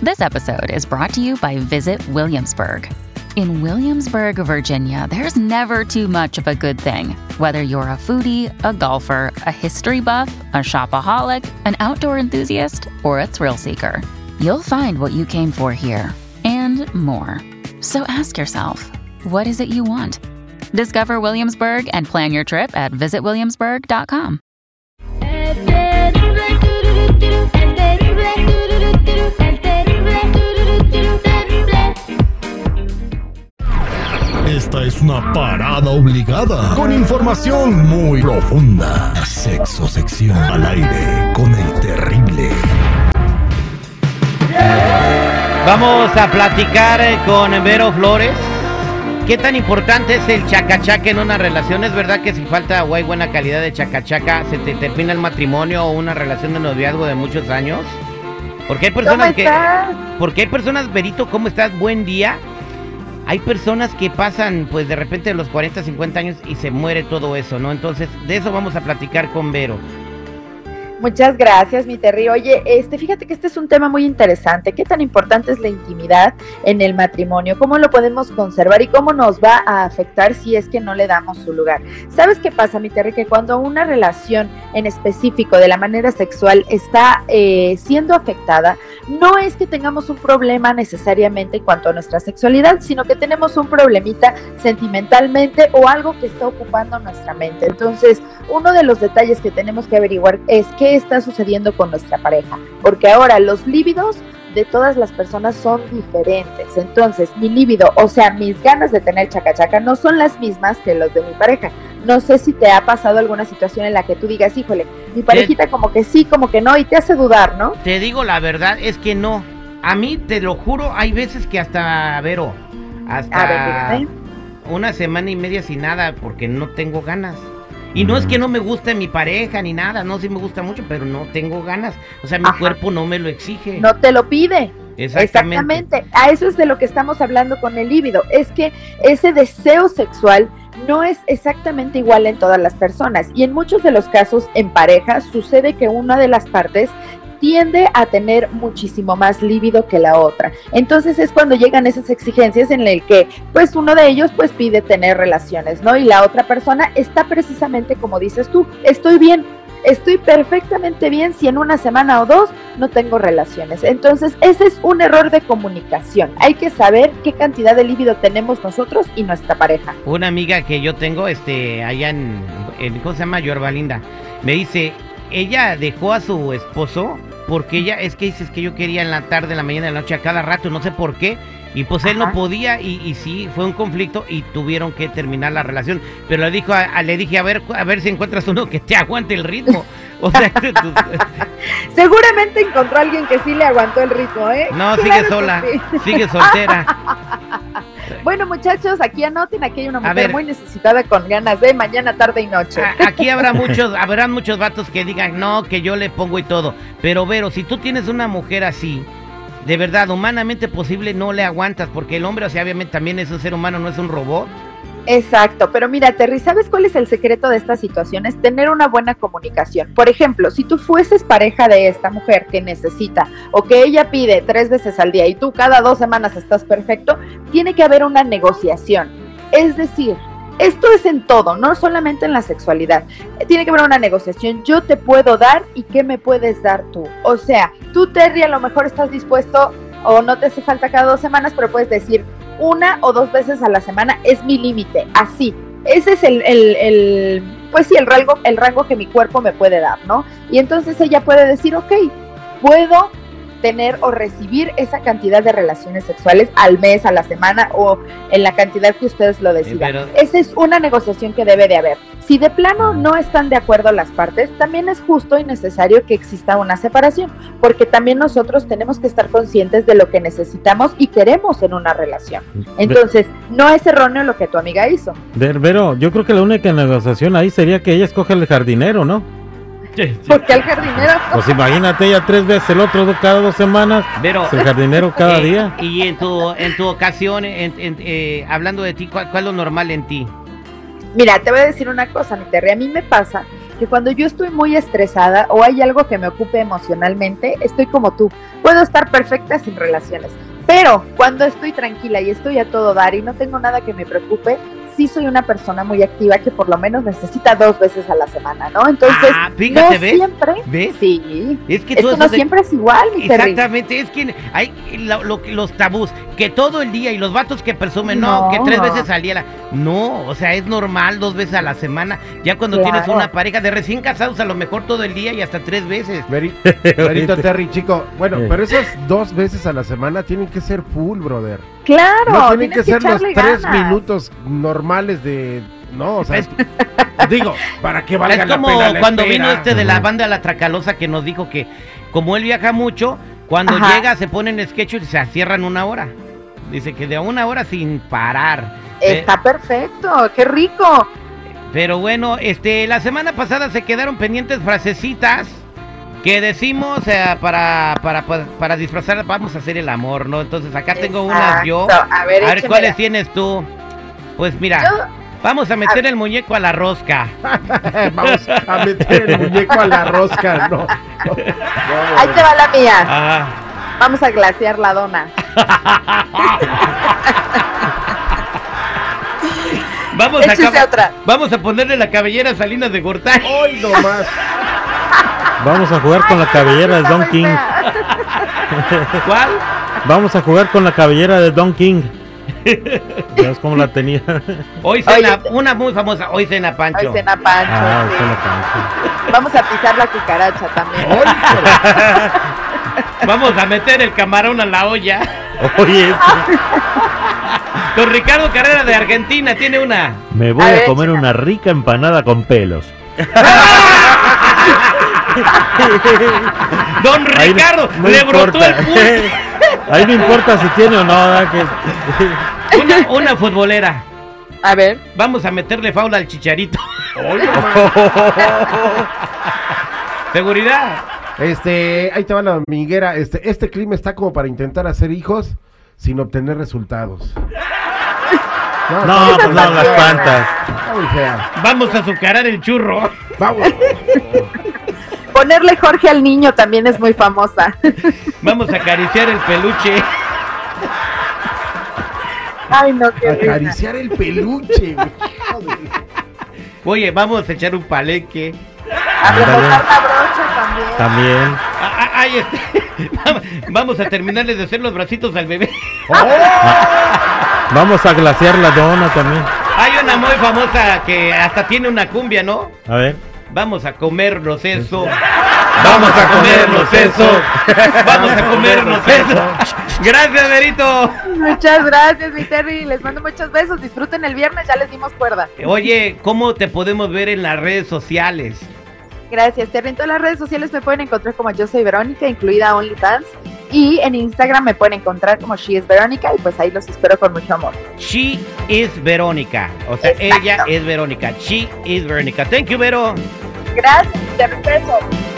This episode is brought to you by Visit Williamsburg. In Williamsburg, Virginia, there's never too much of a good thing. Whether you're a foodie, a golfer, a history buff, a shopaholic, an outdoor enthusiast, or a thrill seeker, you'll find what you came for here and more. So ask yourself, what is it you want? Discover Williamsburg and plan your trip at visitwilliamsburg.com. Esta es una parada obligada con información muy profunda. Sexo sección al aire con el terrible. Vamos a platicar con Vero Flores. ¿Qué tan importante es el chacachaca en una relación? ¿Es verdad que si falta o hay buena calidad de chacachaca se te termina el matrimonio o una relación de noviazgo de muchos años? Porque hay personas Verito, ¿cómo estás? Buen día. Hay personas que pasan, pues de repente los 40, 50 años y se muere todo eso, ¿no? Entonces, de eso vamos a platicar con Vero. Muchas gracias, mi Terry. Oye, fíjate que este es un tema muy interesante. ¿Qué tan importante es la intimidad en el matrimonio? ¿Cómo lo podemos conservar y cómo nos va a afectar si es que no le damos su lugar? ¿Sabes qué pasa, mi Terry? Que cuando una relación en específico de la manera sexual está siendo afectada, no es que tengamos un problema necesariamente en cuanto a nuestra sexualidad, sino que tenemos un problemita sentimentalmente o algo que está ocupando nuestra mente. Entonces, uno de los detalles que tenemos que averiguar es qué está sucediendo con nuestra pareja, porque ahora los líbidos de todas las personas son diferentes. Entonces, mi líbido, o sea, mis ganas de tener chacachaca no son las mismas que los de mi pareja. No sé si te ha pasado alguna situación en la que tú digas, híjole, mi parejita como que sí, como que no, y te hace dudar, ¿no? Te digo la verdad, es que no. A mí, te lo juro, hay veces que hasta, Vero, hasta una semana y media sin nada, porque no tengo ganas. Y no es que no me guste mi pareja ni nada, no, sí me gusta mucho, pero no tengo ganas. O sea, mi cuerpo no me lo exige. No te lo pide. Exactamente. A eso es de lo que estamos hablando con el líbido. Es que ese deseo sexual no es exactamente igual en todas las personas. Y en muchos de los casos en pareja sucede que una de las partes tiende a tener muchísimo más líbido que la otra. Entonces es cuando llegan esas exigencias en el que pues uno de ellos pues pide tener relaciones, ¿no? Y la otra persona está precisamente como dices tú, estoy bien, estoy perfectamente bien si en una semana o dos no tengo relaciones. Entonces ese es un error de comunicación. Hay que saber qué cantidad de líbido tenemos nosotros y nuestra pareja. Una amiga que yo tengo allá en ¿cómo se llama? Yorbalinda, me dice, ella dejó a su esposo porque ella, es que yo quería en la tarde, en la mañana, en la noche, a cada rato, no sé por qué, y pues él no podía, y sí, fue un conflicto, y tuvieron que terminar la relación, pero le dije, a ver si encuentras uno que te aguante el ritmo, o sea, seguramente encontró a alguien que sí le aguantó el ritmo, ¿eh? No, claro, sigue sola, sí. Sigue soltera. Bueno, muchachos, aquí anoten, aquí hay una mujer muy necesitada con ganas de mañana, tarde y noche. Aquí habrán muchos vatos que digan, no, que yo le pongo y todo. Pero, Vero, si tú tienes una mujer así, de verdad, humanamente posible, no le aguantas, porque el hombre, o sea, obviamente también es un ser humano, no es un robot. Exacto, pero mira, Terry, ¿sabes cuál es el secreto de estas situaciones? Tener una buena comunicación. Por ejemplo, si tú fueses pareja de esta mujer que necesita o que ella pide 3 veces al día y tú cada 2 semanas estás perfecto, tiene que haber una negociación. Es decir, esto es en todo, no solamente en la sexualidad. Tiene que haber una negociación. Yo te puedo dar y ¿qué me puedes dar tú? O sea, tú, Terry, a lo mejor estás dispuesto o no te hace falta cada 2 semanas, pero puedes decir 1 o 2 veces a la semana es mi límite, así. Ese es pues sí, el rango que mi cuerpo me puede dar, ¿no? Y entonces ella puede decir, ok, puedo tener o recibir esa cantidad de relaciones sexuales al mes, a la semana o en la cantidad que ustedes lo decidan. Esa es una negociación que debe de haber. Si de plano no están de acuerdo las partes, también es justo y necesario que exista una separación, porque también nosotros tenemos que estar conscientes de lo que necesitamos y queremos en una relación. Entonces, no es erróneo lo que tu amiga hizo. Pero yo creo que la única negociación ahí sería que ella escoja el jardinero, ¿no? Porque el jardinero... Pues imagínate, ella 3 veces, el otro cada 2 semanas, pero el jardinero cada día. Y en tu ocasión, hablando de ti, ¿cuál es lo normal en ti? Mira, te voy a decir una cosa, mi Terry, a mí me pasa que cuando yo estoy muy estresada o hay algo que me ocupe emocionalmente, estoy como tú. Puedo estar perfecta sin relaciones, pero cuando estoy tranquila y estoy a todo dar y no tengo nada que me preocupe, sí soy una persona muy activa que por lo menos necesita 2 veces a la semana, ¿no? Entonces, fíjate, no ¿ves? siempre. ¿Ves? Sí. Es que no siempre es igual, mi Terry. Exactamente, es que hay los tabús, que todo el día y los vatos que presumen, no, que 3 veces al día. No, o sea, es normal 2 veces a la semana. Ya cuando tienes una pareja de recién casados, a lo mejor todo el día y hasta 3 veces. Verito, Terry, chico. Bueno, pero esas 2 veces a la semana tienen que ser full, brother. Claro. No tienen que ser los 3 ganas. minutos normales de... No, o sea, digo, para que valga la pena. Es como cuando vino de la banda La Tracalosa, que nos dijo que como él viaja mucho, cuando llega se pone en sketch y se cierran 1 hora. Dice que de 1 hora sin parar. Está perfecto, qué rico. Pero bueno, la semana pasada se quedaron pendientes frasecitas que decimos para disfrazar, vamos a hacer el amor, ¿no? Entonces acá tengo unas yo. A ver ¿cuáles tienes tú? Pues mira, vamos a meter el muñeco a la rosca. Vamos a meter el muñeco a la rosca, no. Ahí te va la mía. Ajá. Vamos a glasear la dona. Vamos a ponerle la cabellera a Salinas de Gortari. ¡Ay, no más! Vamos a jugar con la cabellera de Don King. ¿Cuál? Vamos a jugar con la cabellera de Don King. ¿Sabes cómo la tenía? Hoy cena, una muy famosa, hoy cena Pancho. Hoy cena Pancho, sí. cena Pancho. Vamos a pisar la cucaracha también. Vamos a meter el camarón a la olla. Oye, Don Ricardo Carrera de Argentina tiene una. Me voy a comer una rica empanada con pelos. Don Ricardo, le brotó el pulpo. Ahí no importa si tiene o no. Una futbolera. A ver. Vamos a meterle faula al Chicharito. Seguridad. Ahí te va la amiguera. Este clima está como para intentar hacer hijos sin obtener resultados. No, pues no, las plantas. Vamos a azucarar el churro. Vamos. Ponerle Jorge al niño también es muy famosa. Vamos a acariciar el peluche. Ay, no, qué acariciar el peluche. Oye, vamos a echar un palenque. A rebotar la brocha también. Vamos a terminarle de hacer los bracitos al bebé. Vamos a glasear la dona también. Hay una muy famosa que hasta tiene una cumbia, ¿no? A ver. Vamos a comernos eso. Vamos a comernos eso. Vamos a comernos eso. Gracias, Verito. Muchas gracias, mi Terry. Les mando muchos besos. Disfruten el viernes, ya les dimos cuerda. Oye, ¿cómo te podemos ver en las redes sociales? Gracias, Terry. En todas las redes sociales me pueden encontrar como Yo Soy Verónica, incluida OnlyFans. Y en Instagram me pueden encontrar como She is Verónica. Y pues ahí los espero con mucho amor. She is Verónica. O sea, exacto. Ella es Verónica. She is Verónica. Thank you, Vero. Gracias, Terry. Besos.